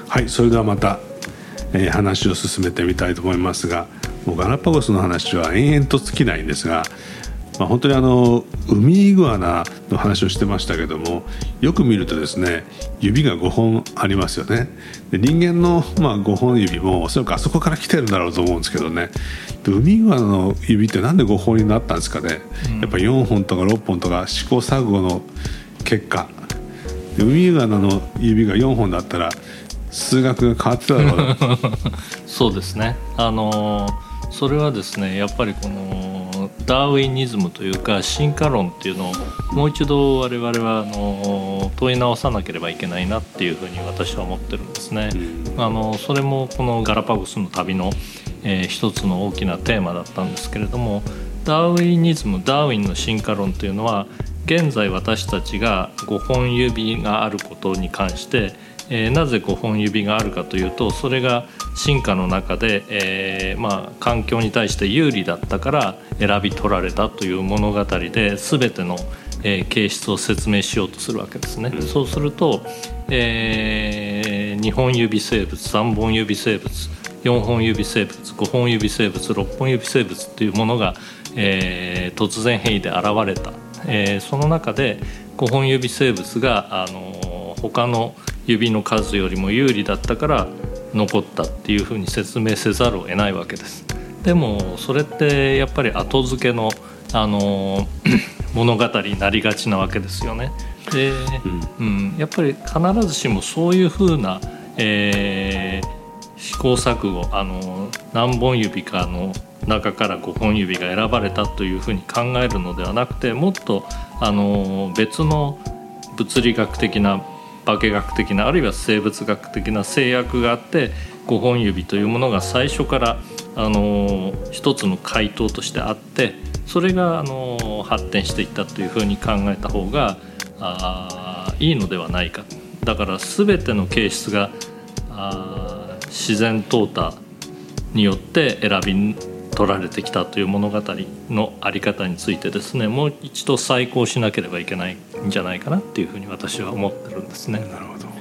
はい、それではまた、話を進めてみたいと思いますが、もうガラパゴスの話は延々と尽きないんですが、本当にウミイグアナの話をしてましたけども、よく見るとですね、指が5本ありますよね。で人間の、5本指もおそらくあそこから来てるんだろうと思うんですけどね。でウミイグアナの指ってなんで5本になったんですかね。やっぱ4本とか6本とか試行錯誤の結果、ウミイグアナの指が4本だったら数学が変わってただろうそうですね、それはですね、やっぱりこのダーウィニズムというか進化論っていうのをもう一度我々は問い直さなければいけないなっていうふうに私は思ってるんですね。それもこのガラパゴスの旅の、一つの大きなテーマだったんですけれども、ダーウィニズム、ダーウィンの進化論というのは、現在私たちが5本指があることに関して、なぜ5本指があるかというと、それが進化の中で、環境に対して有利だったから選び取られたという物語で全ての、形質を説明しようとするわけですね。そうすると、2本指生物、3本指生物、4本指生物、5本指生物、6本指生物というものが、突然変異で現れた。その中で5本指生物が他の指の数よりも有利だったから残ったっていうふうに説明せざるを得ないわけです。でもそれってやっぱり後付けの、物語になりがちなわけですよね。で、やっぱり必ずしもそういうふうな、試行錯誤、何本指かの中から5本指が選ばれたというふうに考えるのではなくて、もっと別の物理学的な、化学的な、あるいは生物学的な制約があって、5本指というものが最初から一つの回答としてあって、それが発展していったというふうに考えた方がいいのではないか。だから全ての形質が自然淘汰によって選び取られてきたという物語のあり方についてですね、もう一度再考しなければいけないんじゃないかなっていうふうに私は思ってるんですね。 なるほど。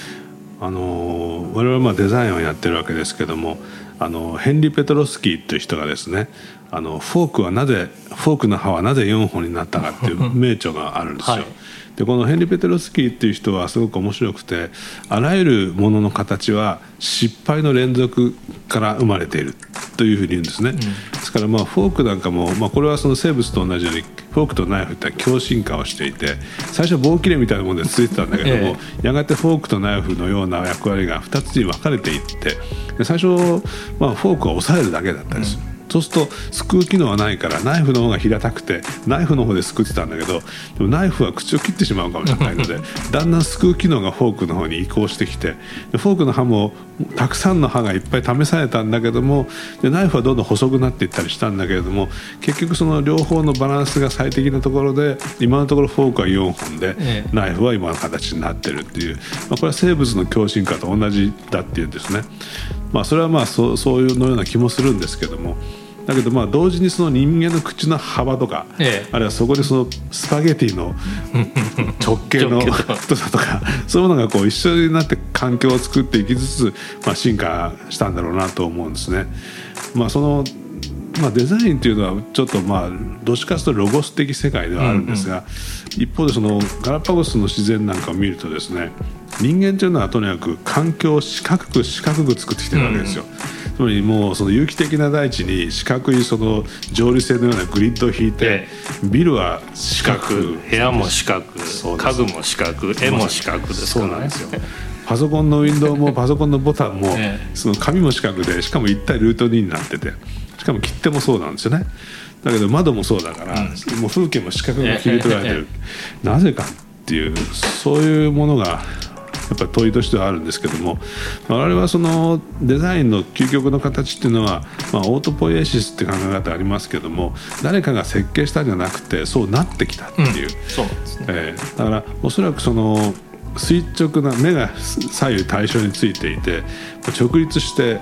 我々はデザインをやってるわけですけども、ヘンリー・ペトロスキーという人がですね、フォークの刃はなぜ4本になったかっていう名著があるんですよ。はい、でこのヘンリー・ペトロスキーっていう人はすごく面白くて、あらゆるものの形は失敗の連続から生まれているというふうに言うんですね。ですからフォークなんかも、これはその生物と同じようにフォークとナイフって共進化をしていて、最初は棒切れみたいなものでついてたんだけども、やがてフォークとナイフのような役割が2つに分かれていって、で最初、フォークは押さえるだけだったりする。そうするとすくう機能はないからナイフの方が平たくてナイフの方ですくってたんだけど、でもナイフは口を切ってしまうかもしれないのでだんだんすくう機能がフォークの方に移行してきて、でフォークの刃もたくさんの刃がいっぱい試されたんだけども、でナイフはどんどん細くなっていったりしたんだけれども、結局その両方のバランスが最適なところで今のところフォークは4本で、ナイフは今の形になってるっていう、これは生物の共進化と同じだっていうんですね。それはそういうのような気もするんですけども、だけど同時にその人間の口の幅とか、あるいはそこでそのスパゲティの直径の太さとかそういうものが一緒になって環境を作っていきつつ、進化したんだろうなと思うんですね。そのデザインというのはちょっとどっちかというとロゴス的世界ではあるんですが、一方でそのガラパゴスの自然なんかを見るとですね、人間というのはとにかく環境を四角く作ってきてるわけですよ。つまりもうその有機的な大地に四角いその上流線のようなグリッドを引いて、ビルは四角、 部屋も四角、家具も四角、絵も四角ですからね。 そうなんですよ。パソコンのウィンドウもパソコンのボタンもその紙も四角で、しかも一体ルート2になってて、しかも切手もそうなんですよね。だけど窓もそうだから、もう風景も四角が切り取られてる、なぜかっていう、そういうものがやっぱり問いとしてはあるんですけども、我々はそのデザインの究極の形っていうのは、オートポイエシスって考え方ありますけども、誰かが設計したんじゃなくてそうなってきたっていう、 そうなんですね。 だからおそらくその垂直な目が左右対称についていて直立して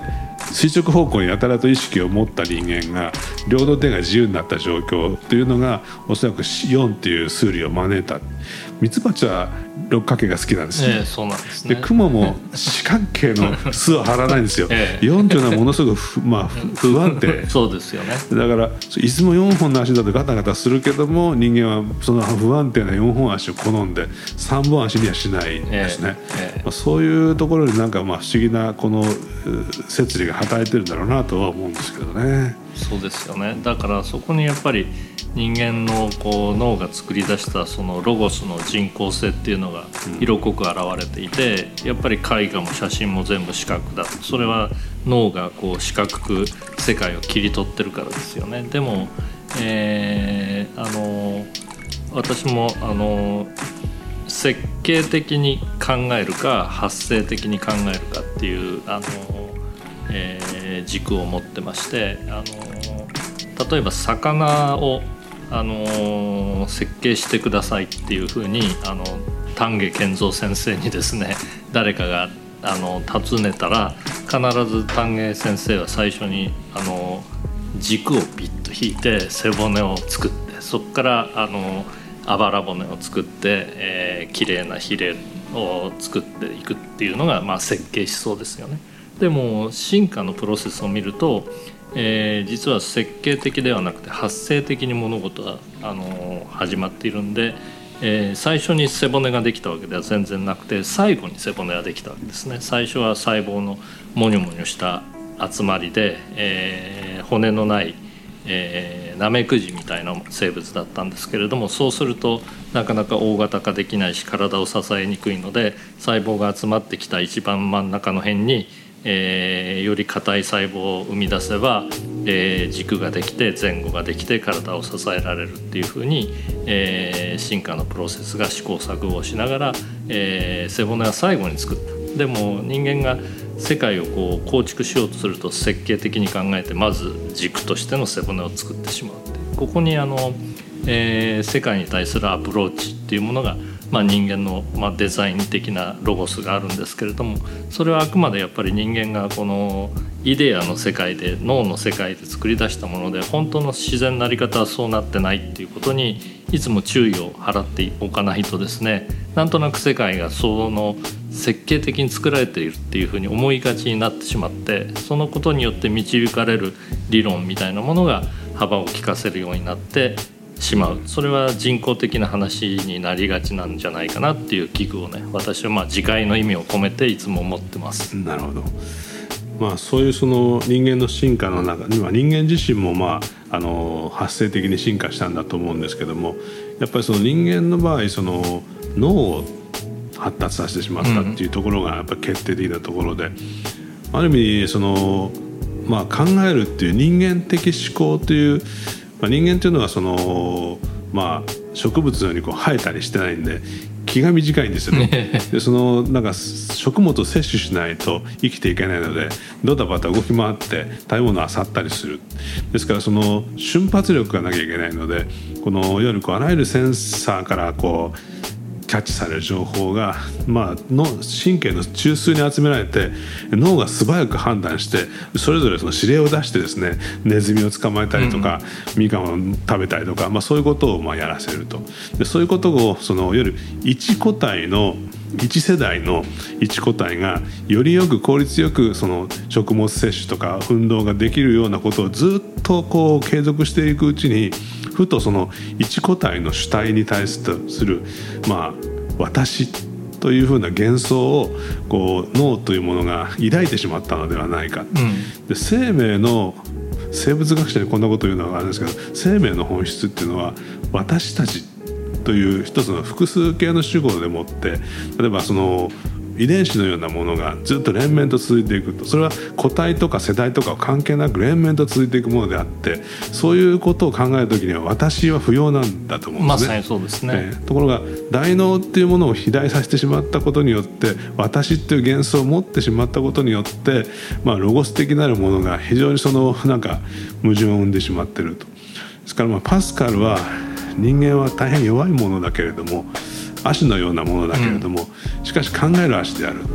垂直方向にやたらと意識を持った人間が両の手が自由になった状況というのがおそらく4っていう数理を招いた。ミツバチは六角形が好きなんですよ、 そうなんですね。 でクモも四角形の巣を張らないんですよ、4というのはものすごく不安定そうですよね。 だからいつも4本の足だとガタガタするけども、人間はその不安定な4本足を好んで3本足にはしないんですね、そういうところになんか不思議なこの摂理が働いてるんだろうなとは思うんですけどね。 そうですよね。だからそこにやっぱり人間のこう脳が作り出したそのロゴスの人工性っていうのが色濃く現れていて、やっぱり絵画も写真も全部四角だ。それは脳がこう四角く世界を切り取ってるからですよね。でも、私も設計的に考えるか発生的に考えるかっていう軸を持ってまして、例えば魚を設計してくださいっていうふうに丹下健三先生にですね誰かが尋ねたら、必ず丹下先生は最初に軸をピッと引いて背骨を作って、そこからあばら骨を作って、綺麗なヒレを作っていくっていうのが、設計思想ですよね。でも進化のプロセスを見ると、実は設計的ではなくて発生的に物事は始まっているんで、最初に背骨ができたわけでは全然なくて、最後に背骨ができたわけですね。最初は細胞のモニョモニョした集まりで、骨のない、ナメクジみたいな生物だったんですけれども、そうするとなかなか大型化できないし体を支えにくいので、細胞が集まってきた一番真ん中の辺により硬い細胞を生み出せば、軸ができて前後ができて体を支えられるっていうふうに、進化のプロセスが試行錯誤をしながら、背骨は最後に作った。でも人間が世界をこう構築しようとすると設計的に考えてまず軸としての背骨を作ってしまうって、ここに世界に対するアプローチっていうものが、人間の、デザイン的なロゴスがあるんですけれども、それはあくまでやっぱり人間がこのイデアの世界で脳の世界で作り出したもので、本当の自然なあり方はそうなってないっていうことにいつも注意を払っておかないとですね、なんとなく世界がその設計的に作られているっていうふうに思いがちになってしまって、そのことによって導かれる理論みたいなものが幅を利かせるようになってしまう。それは人工的な話になりがちなんじゃないかなっていう危惧をね、私は自戒の意味を込めていつも思ってます。 なるほど。そういうその人間の進化の中には人間自身も発生的に進化したんだと思うんですけども、やっぱりその人間の場合その脳を発達させてしまったっていうところがやっぱり決定的なところで、ある意味その考えるっていう人間的思考という、人間というのはその植物のようにこう生えたりしてないんで気が短いんですよね。でそのなんか食物を摂取しないと生きていけないのでドタバタ動き回って食べ物を漁ったりする。ですからその瞬発力がなきゃいけないので、このいわゆるあらゆるセンサーからこうキャッチされる情報が、の神経の中枢に集められて脳が素早く判断してそれぞれその指令を出してですね、ネズミを捕まえたりとか、みかんを食べたりとか、そういうことをやらせると。でそういうことをそのいわゆる一個体の一世代の一個体がよりよく効率よくその食物摂取とか運動ができるようなことをずっとこう継続していくうちに、ふとその一個体の主体に対する私というふうな幻想をこう脳というものが抱いてしまったのではないか、で生命の生物学者にこんなことを言うのはあるんですけど、生命の本質っていうのは私たちという一つの複数形の主語でもって、例えばその遺伝子のようなものがずっと連綿と続いていくと、それは個体とか世代とか関係なく連綿と続いていくものであって、そういうことを考えるときには私は不要なんだと思うんですね。 まさにそうですね。 ところが大脳っていうものを肥大させてしまったことによって、私っていう幻想を持ってしまったことによって、ロゴス的なるものが非常にそのなんか矛盾を生んでしまっていると。ですからパスカルは人間は大変弱いものだけれども足のようなものだけれども、しかし考える足であるっていう。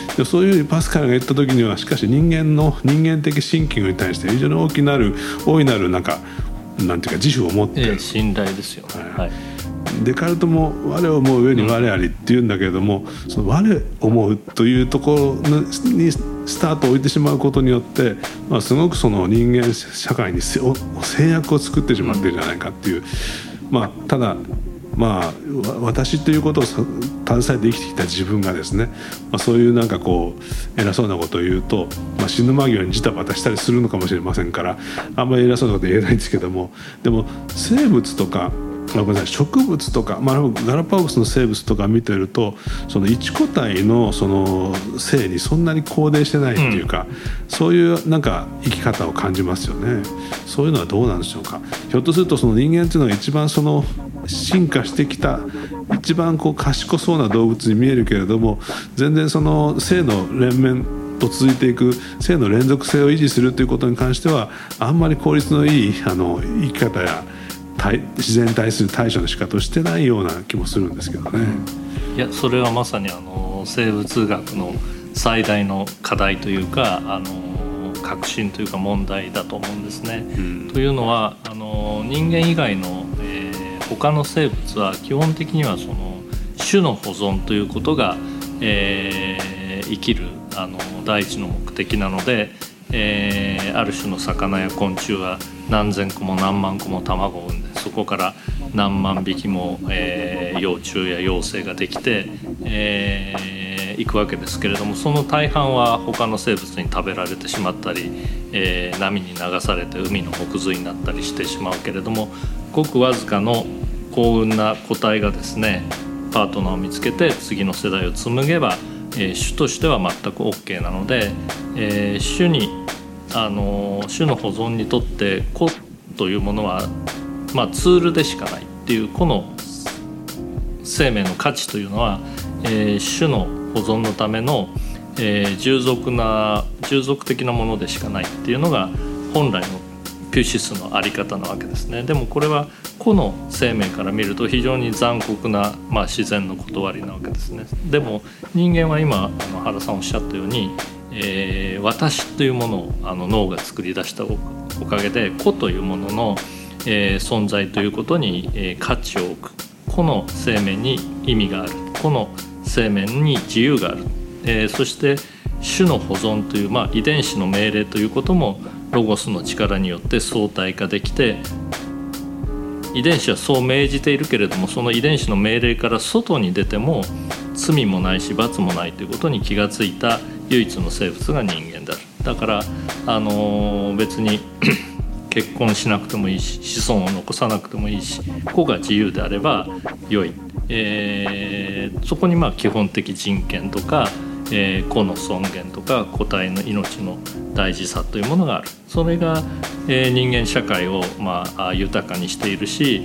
でそういうパスカルが言った時にはしかし人間的シンキングに対して非常に大いなるなんていうか自負を持ってる、 信頼ですよね、はい、 デカルトも我を思う上に我ありっていうんだけれども、その我を思うというところにスタートを置いてしまうことによって、すごくその人間社会に制約を作ってしまっているんじゃないかっていう、ただ私ということを携えて生きてきた自分がですね、そういうなんかこう偉そうなことを言うと、死ぬ間際にジタバタしたりするのかもしれませんから、あんまり偉そうなこと言えないんですけども、でも生物とか植物とか、ガラパゴスの生物とか見てると、その一個体のその性にそんなに肯定してないっていうか、そういうなんか生き方を感じますよね。そういうのはどうなんでしょうか。ひょっとするとその人間っていうのが一番その進化してきた一番こう賢そうな動物に見えるけれども、全然その性の連綿と続いていく性の連続性を維持するということに関してはあんまり効率のいい生き方や自然に対する対処の仕方をしてないような気もするんですけどね。 いや、それはまさに生物学の最大の課題というか革新というか問題だと思うんですね、というのは人間以外の、他の生物は基本的にはその種の保存ということが、生きる第一の目的なので、ある種の魚や昆虫は何千個も何万個も卵を産んで、そこから何万匹も、幼虫や幼生ができて、いくわけですけれども、その大半は他の生物に食べられてしまったり、波に流されて海の藻くずになったりしてしまうけれども、ごくわずかの幸運な個体がですねパートナーを見つけて次の世代を紡げば、種としては全く OK なので、種の保存にとって個というものは、ツールでしかないっていう、個の生命の価値というのは、種の保存のための、従属的なものでしかないっていうのが本来のピュシスのあり方なわけですね。でもこれは個の生命から見ると非常に残酷な、自然の断りなわけですね。でも人間は今原さんおっしゃったように、私というものを脳が作り出したおかげで個というものの、存在ということに、価値を置く。個の生命に意味がある。個の生命に自由がある。そして種の保存という、遺伝子の命令ということもロゴスの力によって相対化できて、遺伝子はそう命じているけれども、その遺伝子の命令から外に出ても罪もないし罰もないということに気がついた唯一の生物が人間である。だから別に結婚しなくてもいいし、子孫を残さなくてもいいし、個が自由であれば良い、そこに基本的人権とか、個の尊厳とか個体の命の大事さというものがある。それが、人間社会を、豊かにしているし、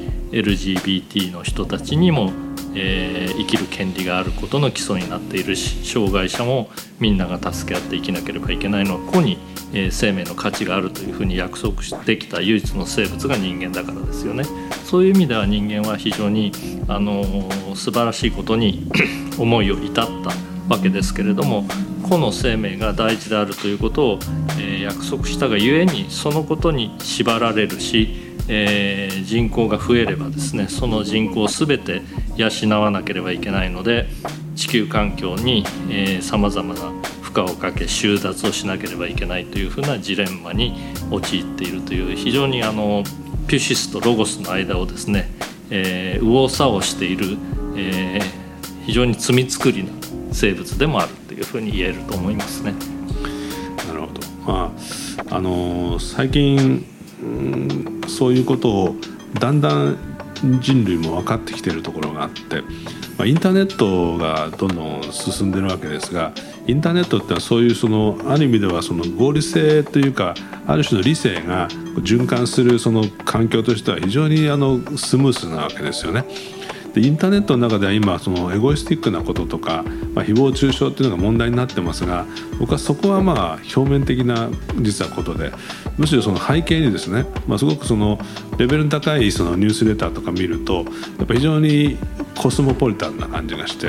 LGBT の人たちにも、生きる権利があることの基礎になっているし、障害者もみんなが助け合って生きなければいけないのは個に、生命の価値があるというふうに約束してきた唯一の生物が人間だからですよね。そういう意味では人間は非常に素晴らしいことに思いを至ったわけですけれども、個の生命が大事であるということを、約束したがゆえにそのことに縛られるし、人口が増えればですね、その人口を全て養わなければいけないので、地球環境にさまざまな負荷をかけ収奪をしなければいけないというふうなジレンマに陥っているという、非常にピュシスとロゴスの間をですね、右往左往している、非常に罪作りな生物でもあるというふうに言えると思いますね。 なるほど。最近そういうことをだんだん人類も分かってきているところがあって、インターネットがどんどん進んでるわけですが、インターネットってのはそういうある意味では合理性というか、ある種の理性が循環するその環境としては非常にスムースなわけですよね。でインターネットの中では今エゴイスティックなこととか、誹謗中傷っていうのが問題になってますが、僕はそこは表面的な実はことで、むしろその背景にですね、すごくレベルの高いニュースレターとか見るとやっぱ非常にコスモポリタンな感じがして、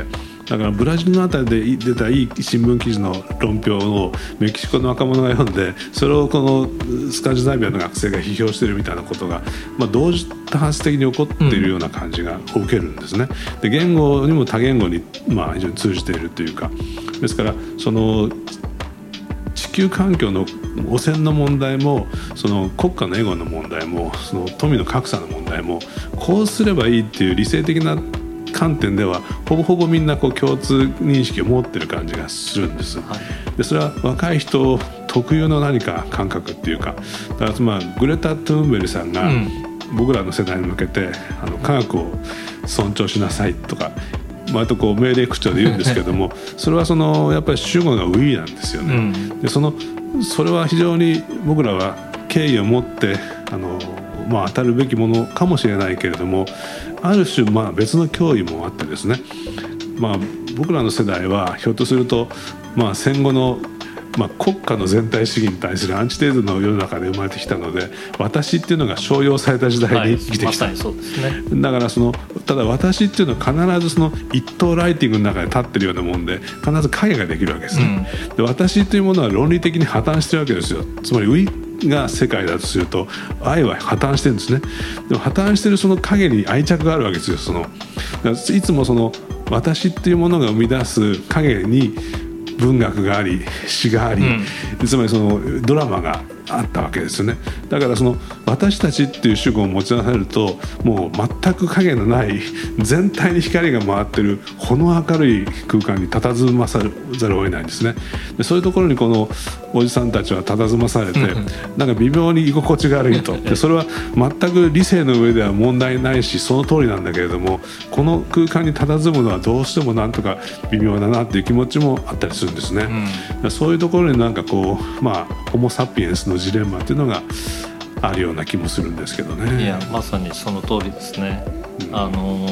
だからブラジルのあたりで出たいい新聞記事の論評をメキシコの若者が読んで、それをこのスカジナビアの学生が批評してるみたいなことが、同時多発的に起こっているような感じが受けるんですね。で言語にも多言語に非常に通じているというか、ですからその地球環境の汚染の問題も、その国家のエゴの問題も、その富の格差の問題も、こうすればいいっていう理性的な観点ではほぼほぼみんな共通認識を持ってる感じがするんです。でそれは若い人特有の何か感覚っていうか、だからグレタ・トゥーンベリさんが僕らの世代に向けて科学を尊重しなさいとか割と命令口調で言うんですけどもそれはやっぱり主語が We なんですよね。でそれは非常に僕らは敬意を持って当たるべきものかもしれないけれども、ある種別の脅威もあってですね、僕らの世代はひょっとすると戦後の国家の全体主義に対するアンチテーゼの世の中で生まれてきたので、私っていうのが商用された時代に生きてきた、 そうですね。 だからただ私っていうのは必ず一等ライティングの中で立ってるようなもんで、必ず影ができるわけですね。で私というものは論理的に破綻してるわけですよ。つまりウィが世界だとすると愛は破綻してるんですね。でも破綻してるその影に愛着があるわけですよ。いつも私っていうものが生み出す影に文学があり詩があり、つまりドラマがあったわけですよね。だから私たちっていう主語を持ち出されると、もう全く影のない全体に光が回ってるほの明るい空間に佇まさざるを得ないんですね。でそういうところにこのおじさんたちは佇まされて、なんか微妙に居心地が悪いと。でそれは全く理性の上では問題ないしその通りなんだけれども、この空間に佇むのはどうしてもなんとか微妙だなっていう気持ちもあったりするんですね。そういうところになんかホモ・サピエンスのジレンマっていうのがあるような気もするんですけどね。 いやまさにその通りですね。こ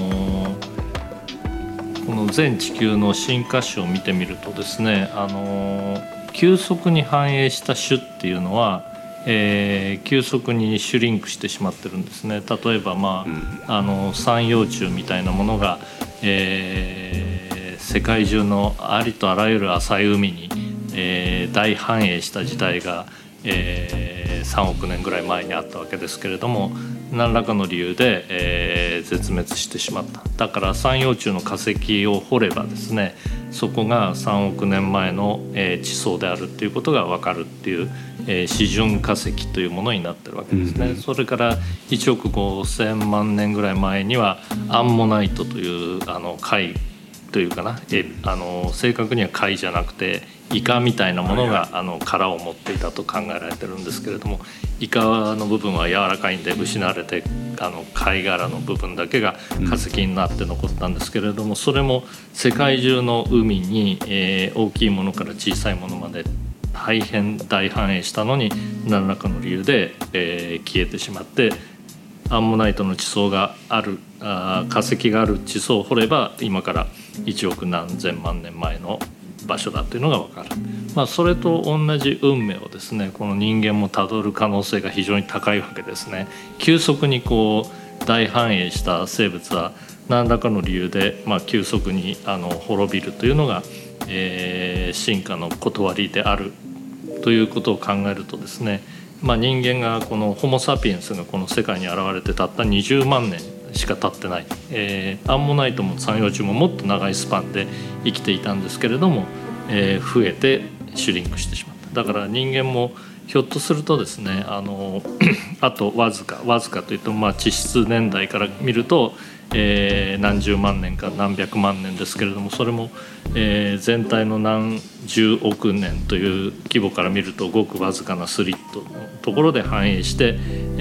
の全地球の進化史を見てみるとですね、急速に繁栄した種っていうのは、急速にシュリンクしてしまってるんですね。例えば三葉虫みたいなものが、世界中のありとあらゆる浅い海に、大繁栄した時代が3億年ぐらい前にあったわけですけれども、何らかの理由で、絶滅してしまった。だから三葉虫の化石を掘ればですね、そこが3億年前の、地層であるっていうことが分かるっていう、示準化石というものになってるわけですね。それから1億5000万年ぐらい前にはアンモナイトという貝というかな、正確には貝じゃなくてイカみたいなものが殻を持っていたと考えられてるんですけれども、イカの部分は柔らかいんで失われて貝殻の部分だけが化石になって残ったんですけれども、それも世界中の海に、大きいものから小さいものまで大変大繁栄したのに何らかの理由で、消えてしまって、アンモナイトの地層がある化石がある地層を掘れば今から1億何千万年前の場所だというのが分かる。それと同じ運命をですね、この人間もたどる可能性が非常に高いわけですね。急速に大繁栄した生物は何らかの理由で、急速に滅びるというのが、進化の断りであるということを考えるとですね、人間がこのホモ・サピエンスがこの世界に現れてたった20万年しか経ってない、アンモナイトも三葉虫ももっと長いスパンで生きていたんですけれども、増えてシュリンクしてしまった。だから人間もひょっとするとですね、あとわずかといっても地質年代から見ると、何十万年か何百万年ですけれども、それも、全体の何十億年という規模から見るとごくわずかなスリットのところで繁栄して、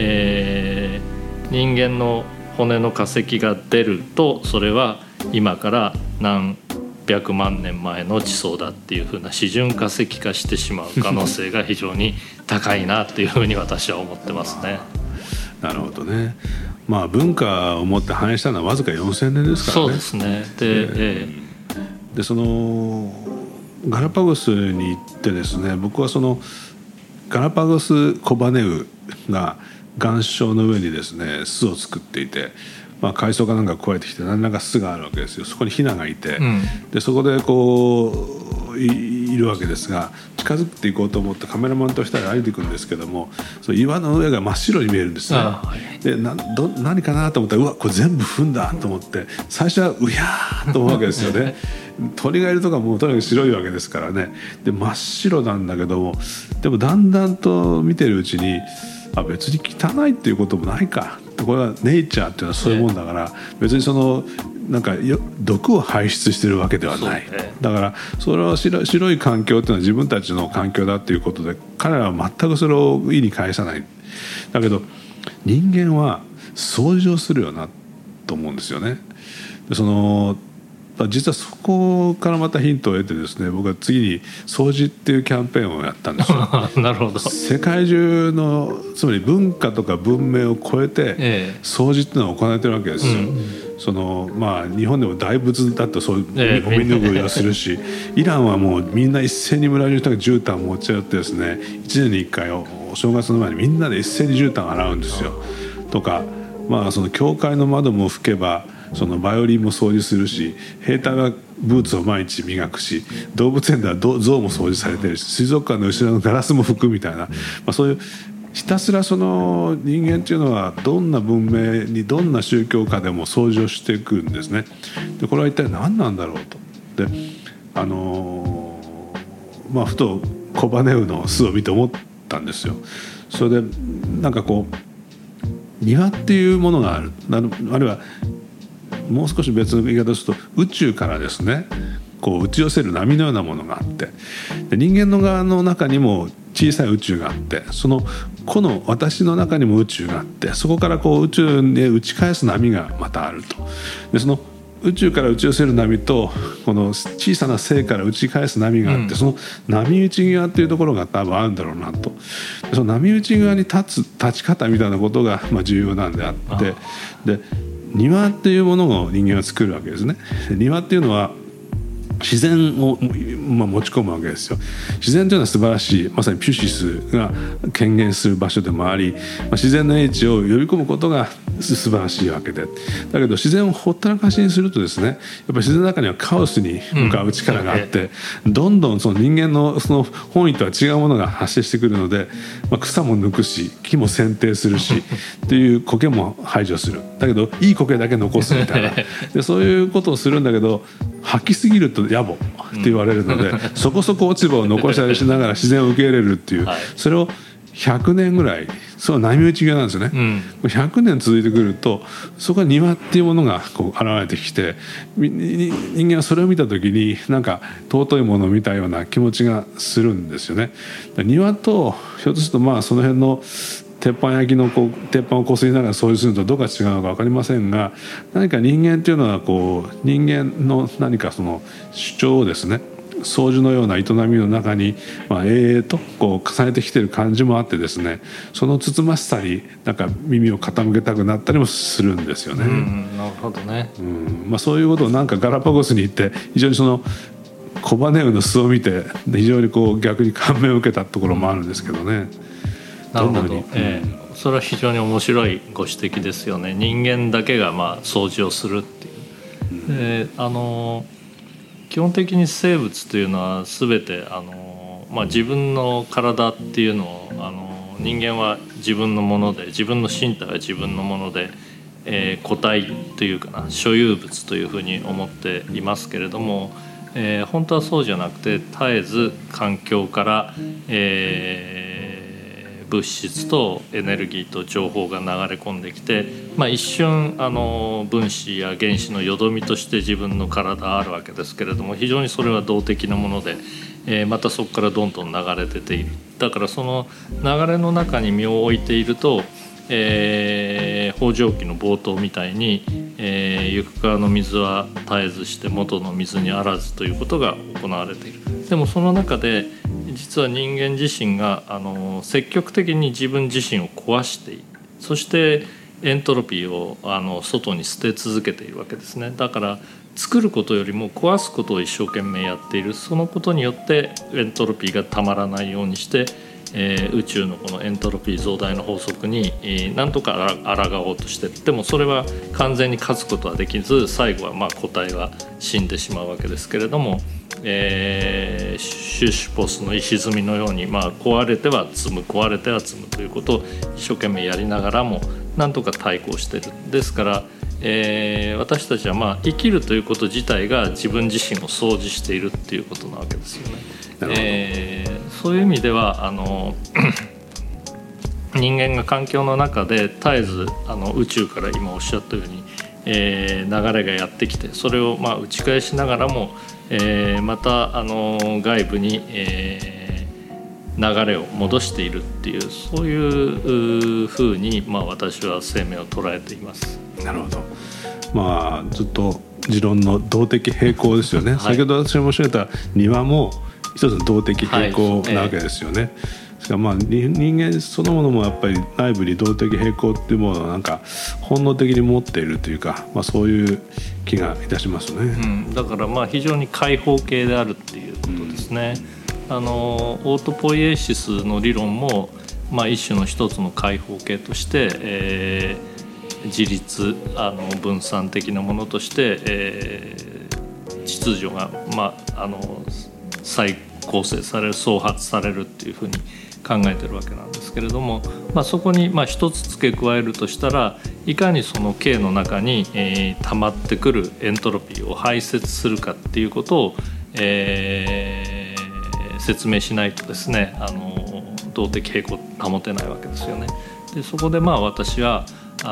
人間の骨の化石が出ると、それは今から何百万年前の地層だっていうふうな示準化石化してしまう可能性が非常に高いなっていうふうに私は思ってますね。 なるほどね。文化をもって繁栄したのはわずか4000年ですからね。 そうですね。 でそのガラパゴスに行ってですね、僕はガラパゴスコバネウが岩礁の上にですね巣を作っていて、 海藻かなんか加えてきて何らか巣があるわけですよ。そこにヒナがいて、 うん、 でそこでこういるわけですが、近づいていこうと思ってカメラマンと2人歩いていくんですけども、その岩の上が真っ白に見えるんですね。で何かなと思ったら、うわこれ全部踏んだと思って、最初はうやーと思うわけですよね。鳥がいるとかもうとにかく白いわけですからね。で真っ白なんだけども、でもだんだんと見てるうちに、別に汚いっていうこともないか、これはネイチャーっていうのはそういうもんだから、別にそのなんか毒を排出してるわけではない。だからそれは白い環境っていうのは自分たちの環境だっていうことで、彼らは全くそれを意に介さない。だけど人間は掃除をするよなと思うんですよね。で実はそこからまたヒントを得てですね、僕は次に掃除っていうキャンペーンをやったんですよ。 なるほど。 世界中のつまり文化とか文明を超えて掃除っていうのを行えてるわけですよ。日本でも大仏だとそういうお身拭いをするし、イランはもうみんな一斉に村中の人が絨毯を持ち寄ってですね、1年に1回お正月の前にみんなで一斉に絨毯を洗うんですよ。とか、その教会の窓も拭けばそのバイオリンも掃除するし、兵隊はブーツを毎日磨くし、動物園では象も掃除されてるし、水族館の後ろのガラスも拭くみたいな、そういうひたすらその人間っていうのはどんな文明にどんな宗教家でも掃除をしていくんですね。でこれは一体何なんだろうと。でふとコバネウの巣を見て思ったんですよ。それでなんかこう庭っていうものがある、あるいはもう少し別の言い方をすると、宇宙からですねこう打ち寄せる波のようなものがあって、で人間の側の中にも小さい宇宙があって、その個の私の中にも宇宙があって、そこからこう宇宙に打ち返す波がまたあると。でその宇宙から打ち寄せる波とこの小さな星から打ち返す波があって、その波打ち際っていうところが多分あるんだろうなと。その波打ち際に立ち方みたいなことが重要なんであって、で庭っていうものを人間は作るわけですね。庭っていうのは自然を、持ち込むわけですよ。自然というのは素晴らしい、まさにピュシスが権限する場所でもあり、自然の英知を呼び込むことが素晴らしいわけで、だけど自然をほったらかしにするとですね、やっぱり自然の中にはカオスに向かう力があって、どんどんその人間のその本意とは違うものが発生してくるので、草も抜くし木も剪定するしっていう苔も排除する。だけどいい苔だけ残すみたいなでそういうことをするんだけど、吐きすぎると野暮って言われるので、そこそこ落ち葉を残したりしながら自然を受け入れるっていう、それを100年ぐらい、その波打ち際なんですよね。100年続いてくると、そこは庭っていうものがこう現れてきて、人間はそれを見た時になんか尊いものを見たような気持ちがするんですよね。庭とひょっとするとその辺の鉄板焼きの鉄板をこすりながら掃除するのとどこが違うのか分かりませんが、何か人間っていうのは人間の何かその主張をですね、掃除のような営みの中に永遠と重ねてきてる感じもあってですね、そのつつましさになんか耳を傾けたくなったりもするんですよね。 なるほどね。 そういうことをなんかガラパゴスに行って非常にそのコバネウの巣を見て非常に逆に感銘を受けたところもあるんですけどね。 なるほど、それは非常に面白いご指摘ですよね。人間だけが掃除をするっていう、基本的に生物というのは全て自分の体っていうのを人間は自分のもので、自分の身体は自分のもので、個体というかな、所有物というふうに思っていますけれども、本当はそうじゃなくて、絶えず環境から、物質とエネルギーと情報が流れ込んできて、一瞬分子や原子のよどみとして自分の体があるわけですけれども、非常にそれは動的なもので、またそこからどんどん流れ出ている。だからその流れの中に身を置いていると、北条記の冒頭みたいに、行く川の水は絶えずして元の水にあらずということが行われている。でもその中で実は人間自身が積極的に自分自身を壊している。そしてエントロピーを外に捨て続けているわけですね。だから作ることよりも壊すことを一生懸命やっている。そのことによってエントロピーがたまらないようにして、 宇宙のこのエントロピー増大の法則に、なんとか抗おうとしてる。でもそれは完全に勝つことはできず、最後はまあ個体は死んでしまうわけですけれども、シュシュポスの石積みのように、まあ、壊れては積む壊れては積むということを一生懸命やりながらもなんとか対抗している。ですから、私たちはまあ生きるということ自体が自分自身を掃除しているっていうことなわけですよね。そういう意味では人間が環境の中で絶えず宇宙から今おっしゃったように、流れがやってきて、それをまあ打ち返しながらも、また外部に、流れを戻しているっていう、そういうふうに、まあ、私は生命を捉えています。 なるほど。まあずっと持論の動的平衡ですよね、はい、先ほど私も申し上げた庭も一つの動的平衡なわけですよね、はいですからまあ人間そのものもやっぱり内部に動的平衡っていうものをなんか本能的に持っているというか、まあ、そういう気がいたしますね、 だからまあ非常に開放系であるっていうことですね、オートポイエシスの理論も、まあ、一種の一つの開放系として、自立分散的なものとして、秩序が、まあ、再構成される創発されるっていうふうに考えてるわけなんですけれども、まあ、そこにまあ一つ付け加えるとしたら、いかにその径の中に、溜まってくるエントロピーを排泄するかっていうことを、説明しないとですね、動的平衡保てないわけですよね。でそこでまあ私は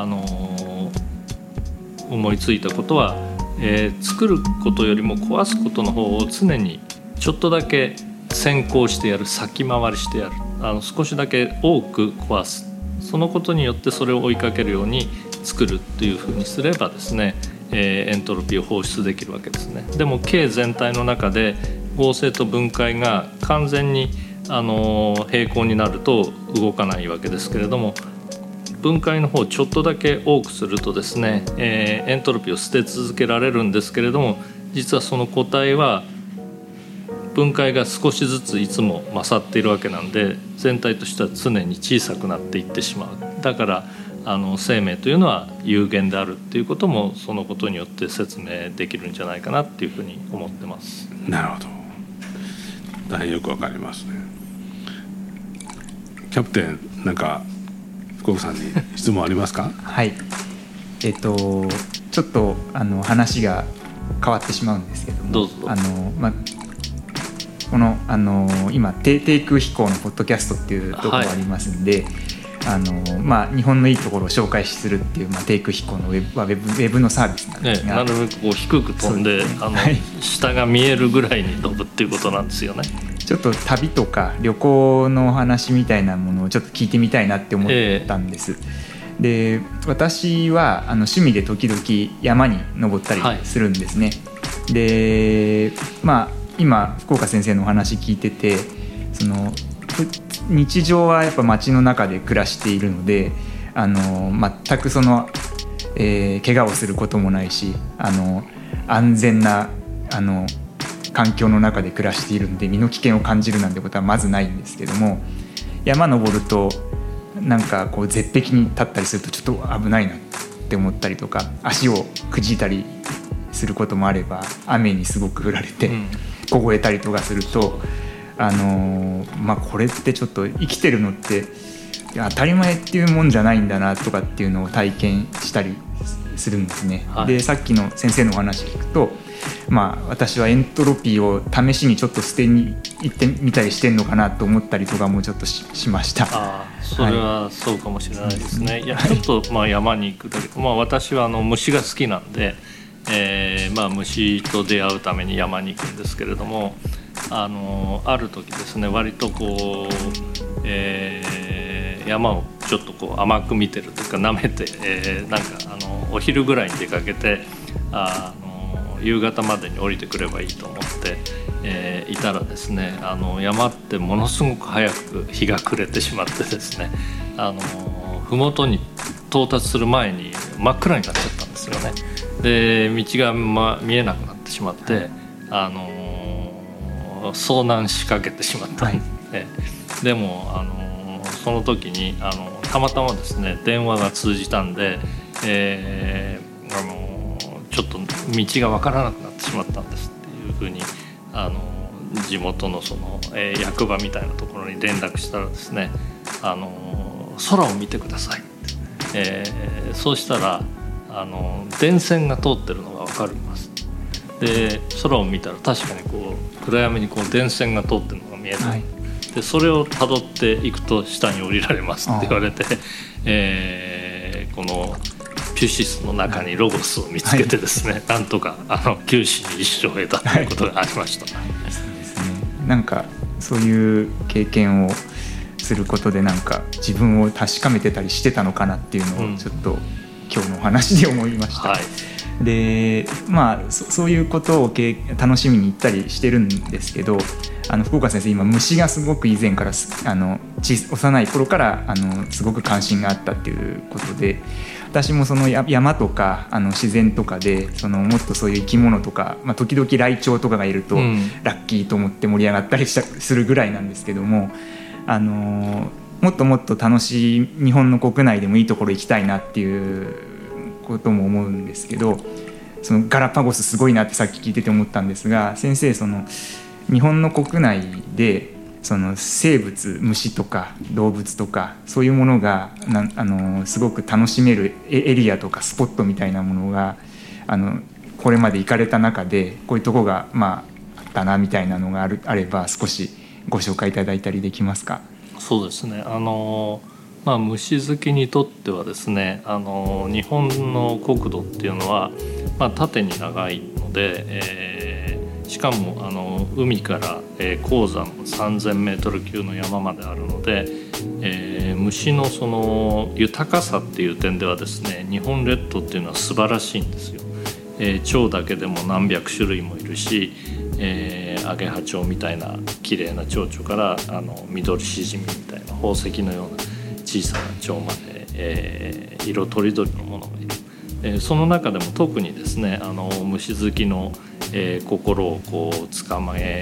思いついたことは、作ることよりも壊すことの方を常にちょっとだけ先行してやる、先回りしてやる、少しだけ多く壊す、そのことによってそれを追いかけるように作るっていうふうにすればですね、エントロピーを放出できるわけですね。でも径全体の中で合成と分解が完全に平行になると動かないわけですけれども、分解の方をちょっとだけ多くするとですね、エントロピーを捨て続けられるんですけれども、実はその個体は分解が少しずついつも勝っているわけなんで、全体としては常に小さくなっていってしまう。だから生命というのは有限であるっていうこともそのことによって説明できるんじゃないかなっていうふうに思ってます。 なるほど、大変よくわかりますね。キャプテン、なんか福岡さんに質問ありますか？ はい、ちょっと話が変わってしまうんですけども、 どうぞ。 この今低空飛行のポッドキャストっていうところがありますんで、はい、日本のいいところを紹介するっていう、低空飛行のウェブのサービスなんですが、 なるべくこう低く飛んで、はい、下が見えるぐらいに飛ぶっていうことなんですよね。 ちょっと旅とか旅行の話みたいなものをちょっと聞いてみたいなって思ったんです、で私は趣味で時々山に登ったりするんですね、はい、で今福岡先生のお話聞いてて、日常はやっぱ街の中で暮らしているので、全く怪我をすることもないし、安全な環境の中で暮らしているので身の危険を感じるなんてことはまずないんですけども、山登るとなんかこう絶壁に立ったりするとちょっと危ないなって思ったりとか、足をくじいたりすることもあれば、雨にすごく降られて凍えたりとかすると、これってちょっと生きてるのって当たり前っていうもんじゃないんだなとかっていうのを体験したりするんですね、はい、でさっきの先生のお話聞くと、私はエントロピーを試しにちょっと捨てに行ってみたりしてんのかなと思ったりとかもちょっと しました。 それはそうかもしれないですね、はい、いやちょっと山に行くだけ、私は虫が好きなんで、虫と出会うために山に行くんですけれども、ある時ですね、割とこう、山をちょっとこう甘く見てるというか舐めて、お昼ぐらいに出かけて夕方までに降りてくればいいと思って、いたらですね、山ってものすごく早く日が暮れてしまってですね、麓に到達する前に真っ暗になっちゃったんですよね。で道が、見えなくなってしまって、遭難しかけてしまったんで、 でもその時にたまたまですね電話が通じたんで、ちょっと道が分からなくなってしまったんですっていうふうに地元のその、役場みたいなところに連絡したらですね空を見てくださいって、そうしたら電線が通ってるのが分かります。で空を見たら確かにこう暗闇にこう電線が通ってるのが見える、はい、でそれをたどっていくと下に降りられますって言われて、このピュシスの中にロゴスを見つけてですね、はい、なんとか九死に一生を得たということがありました、はい、そうですね。なんかそういう経験をすることでなんか自分を確かめてたりしてたのかなっていうのをちょっと今日のお話で思いました、はい、でそういうことを楽しみに行ったりしてるんですけど福岡先生今虫がすごく以前から幼い頃からすごく関心があったっていうことで私もその山とか自然とかでもっとそういう生き物とか、時々ライチョウとかがいるとラッキーと思って盛り上がったりするぐらいなんですけどももっともっと楽しい日本の国内でもいいところ行きたいなっていうことも思うんですけどそのガラパゴスすごいなってさっき聞いてて思ったんですが先生日本の国内で生物虫とか動物とかそういうものがすごく楽しめるエリアとかスポットみたいなものがこれまで行かれた中でこういうとこがあったなみたいなのがあれば少しご紹介いただいたりできますか。 そうですね虫好きにとってはですね日本の国土っていうのは、縦に長いので、しかも海から高山 3000m 級の山まであるので、虫のその豊かさっていう点ではですね日本列島っていうのは素晴らしいんですよ。蝶だけでも何百種類もいるし、アゲハチョウみたいな綺麗な蝶々からミドリシジミみたいな宝石のような小さな蝶まで、色とりどりのものがいる、その中でも特にですね虫好きの、心をこう掴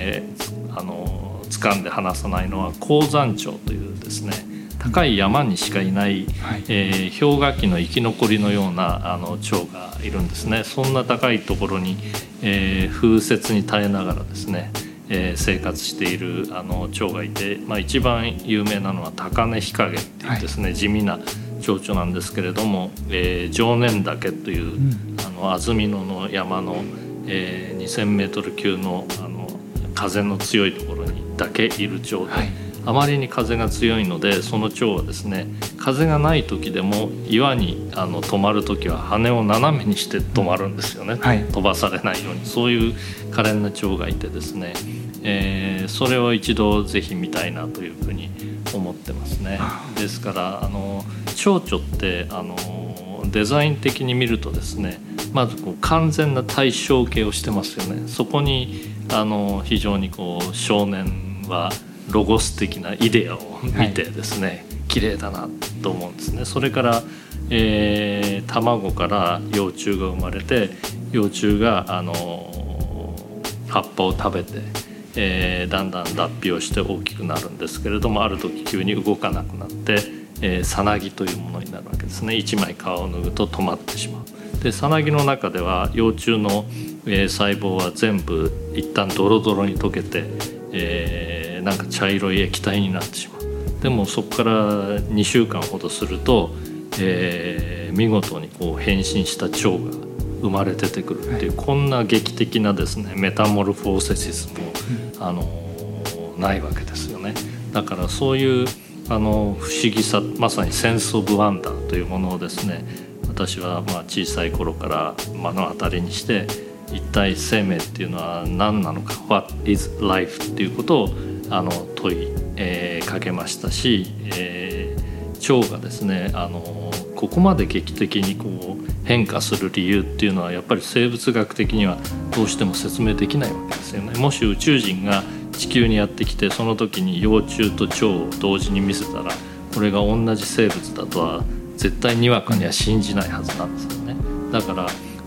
んで離さないのは高山蝶というですね高い山にしかいない、氷河期の生き残りのような蝶がいるんですね。そんな高いところに、風雪に耐えながらですね、生活している蝶がいて、一番有名なのは高根日陰っていうですね、地味な蝶々なんですけれども、常念岳という安曇野の山の、2000m 級の風の強いところにだけいる蝶で、あまりに風が強いのでその蝶はですね風がない時でも岩に止まる時は羽を斜めにして止まるんですよね、飛ばされないように。そういう可憐な蝶がいてですね、それを一度ぜひ見たいなというふうに思ってますね。ですから蝶々ってデザイン的に見るとですねまずこう完全な対称形をしてますよね。そこに非常にこう少年はロゴス的なイデアを見てですね、綺麗だなと思うんですね。それから、卵から幼虫が生まれて幼虫が葉っぱを食べて、だんだん脱皮をして大きくなるんですけれどもある時急に動かなくなってさなぎというものになるわけですね。一枚皮を脱ぐと止まってしまう。でさなぎの中では幼虫の、細胞は全部一旦ドロドロに溶けて、なんか茶色い液体になってしまう。でもそこから2週間ほどすると、見事にこう変身した蝶が生まれ出てくるっていう、こんな劇的なですねメタモルフォーセシスも、ないわけですよね。だからそういう不思議さ、まさにセンス・オブ・ワンダーというものをですね私は小さい頃から目の当たりにして一体生命っていうのは何なのか What is life っていうことを問い、かけましたし、蝶がですねここまで劇的にこう変化する理由っていうのはやっぱり生物学的にはどうしても説明できないわけですよね。もし宇宙人が地球にやってきてその時に幼虫と蝶を同時に見せたらこれが同じ生物だとは絶対にわかには信じないはずなんですよね。だから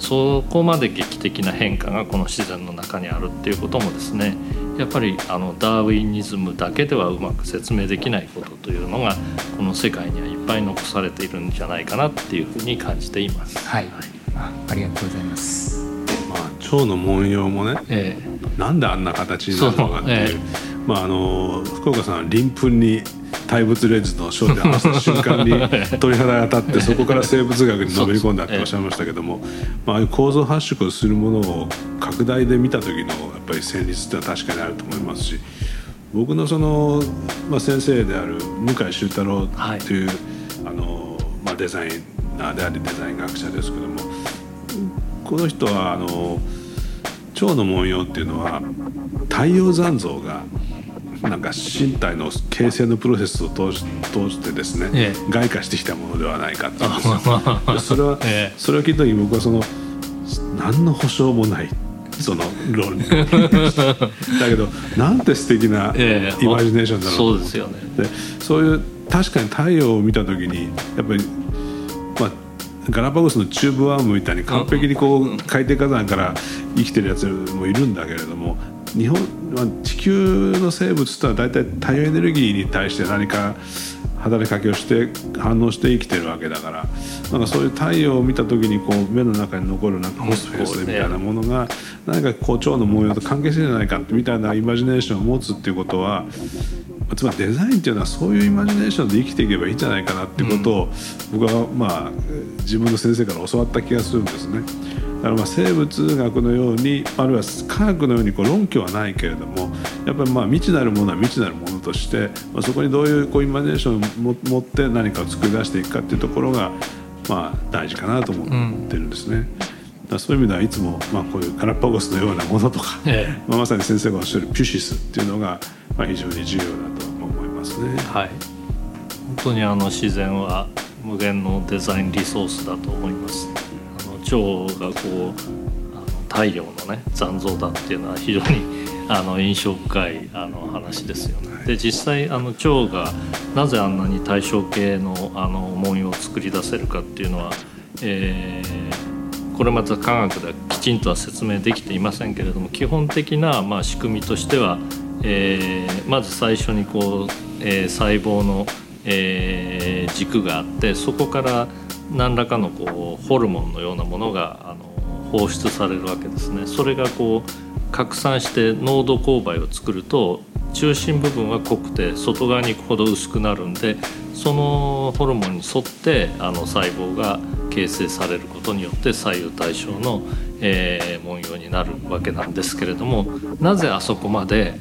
そこまで劇的な変化がこの自然の中にあるっていうこともですね、やっぱりダーウィニズムだけではうまく説明できないことというのがこの世界にはいっぱい残されているんじゃないかなっていうふうに感じています。 はい、ありがとうございます。 蝶の文様もね、なんであんな形になるのかっていう、福岡さんは鱗粉に対物レンズの焦点を合わせた瞬間に鳥肌が立ってそこから生物学にのめり込んだっておっしゃいましたけども、ああいう構造発色をするものを拡大で見た時のやっぱり旋律ってのは確かにあると思いますし、僕の先生である向井秀太郎っていう、デザイナーでありデザイン学者ですけども、この人は蝶の文様っていうのは太陽残像がなんか身体の形成のプロセスを通してですね、外化してきたものではないかっていうんですよ。それを聞いた時に僕は何の保証もない論理だけどなんて素敵なイマジネーションだろうと思って、そうですよね。でそういう確かに太陽を見た時にやっぱりガラパゴスのチューブワームみたいに完璧に海底火山から生きてるやつもいるんだけれども、日本は地球の生物とは大体太陽エネルギーに対して何か働きかけをして反応して生きてるわけだから、なんかそういう太陽を見た時に目の中に残るなんかフォスフォレスみたいなものが何か蝶の模様と関係してるんじゃないかみたいなイマジネーションを持つっていうことは、つまりデザインっていうのはそういうイマジネーションで生きていけばいいんじゃないかなっていうことを僕は自分の先生から教わった気がするんですね。だから生物学のようにあるいは科学のように論拠はないけれども、やっぱり未知なるものは未知なるものとして、そこにどういうイマジネーションを持って何かを作り出していくかっていうところが大事かなと思ってるんですね。だからそういう意味ではいつもこういうガラパゴスのようなものとか、まさに先生がおっしゃるピュシスっていうのが非常に重要だと思いますね。 はい、本当に自然は無限のデザインリソースだと思います。蝶が太陽の残像だっていうのは非常に印象深い話ですよね。で実際蝶がなぜあんなに対称系の文様を作り出せるかっていうのは、これまた科学ではきちんとは説明できていませんけれども、基本的な仕組みとしては、まず最初に細胞の、軸があって、そこから何らかのホルモンのようなものが放出されるわけですね。それが拡散して濃度勾配を作ると中心部分は濃くて外側に行くほど薄くなるんで、そのホルモンに沿って細胞が形成されることによって左右対称の、文様になるわけなんですけれども、なぜあそこまで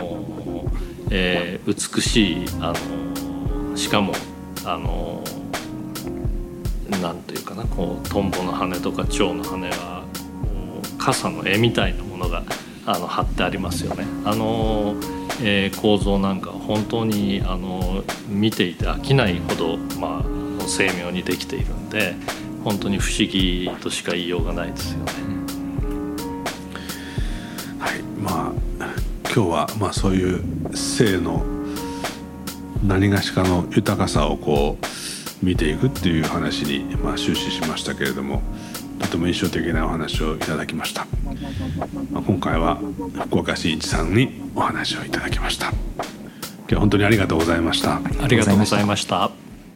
美しいしかもなんというかな、トンボの羽とか蝶の羽は傘の絵みたいなものが貼ってありますよね。構造なんかは本当に見ていて飽きないほど、精妙にできているんで、本当に不思議としか言いようがないですよね。 はい、今日はそういう性の何がしかの豊かさを見ていくっていう話に終始しましたけれども、とても印象的なお話をいただきました。今回は福岡伸一さんにお話をいただきました。今日は本当にありがとうございました。 ありがとうございました。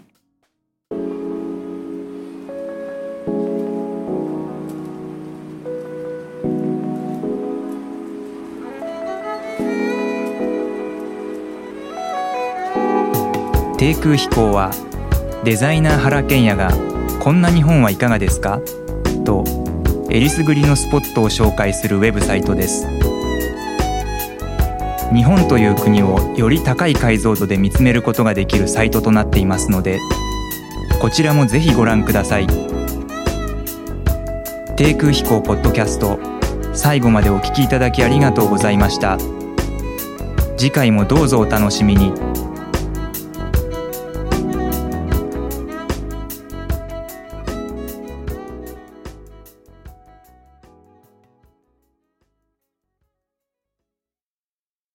低空飛行はデザイナー原賢也がこんな日本はいかがですかとえりすぐりのスポットを紹介するウェブサイトです。日本という国をより高い解像度で見つめることができるサイトとなっていますので、こちらもぜひご覧ください。低空飛行ポッドキャスト、最後までお聞きいただきありがとうございました。次回もどうぞお楽しみに。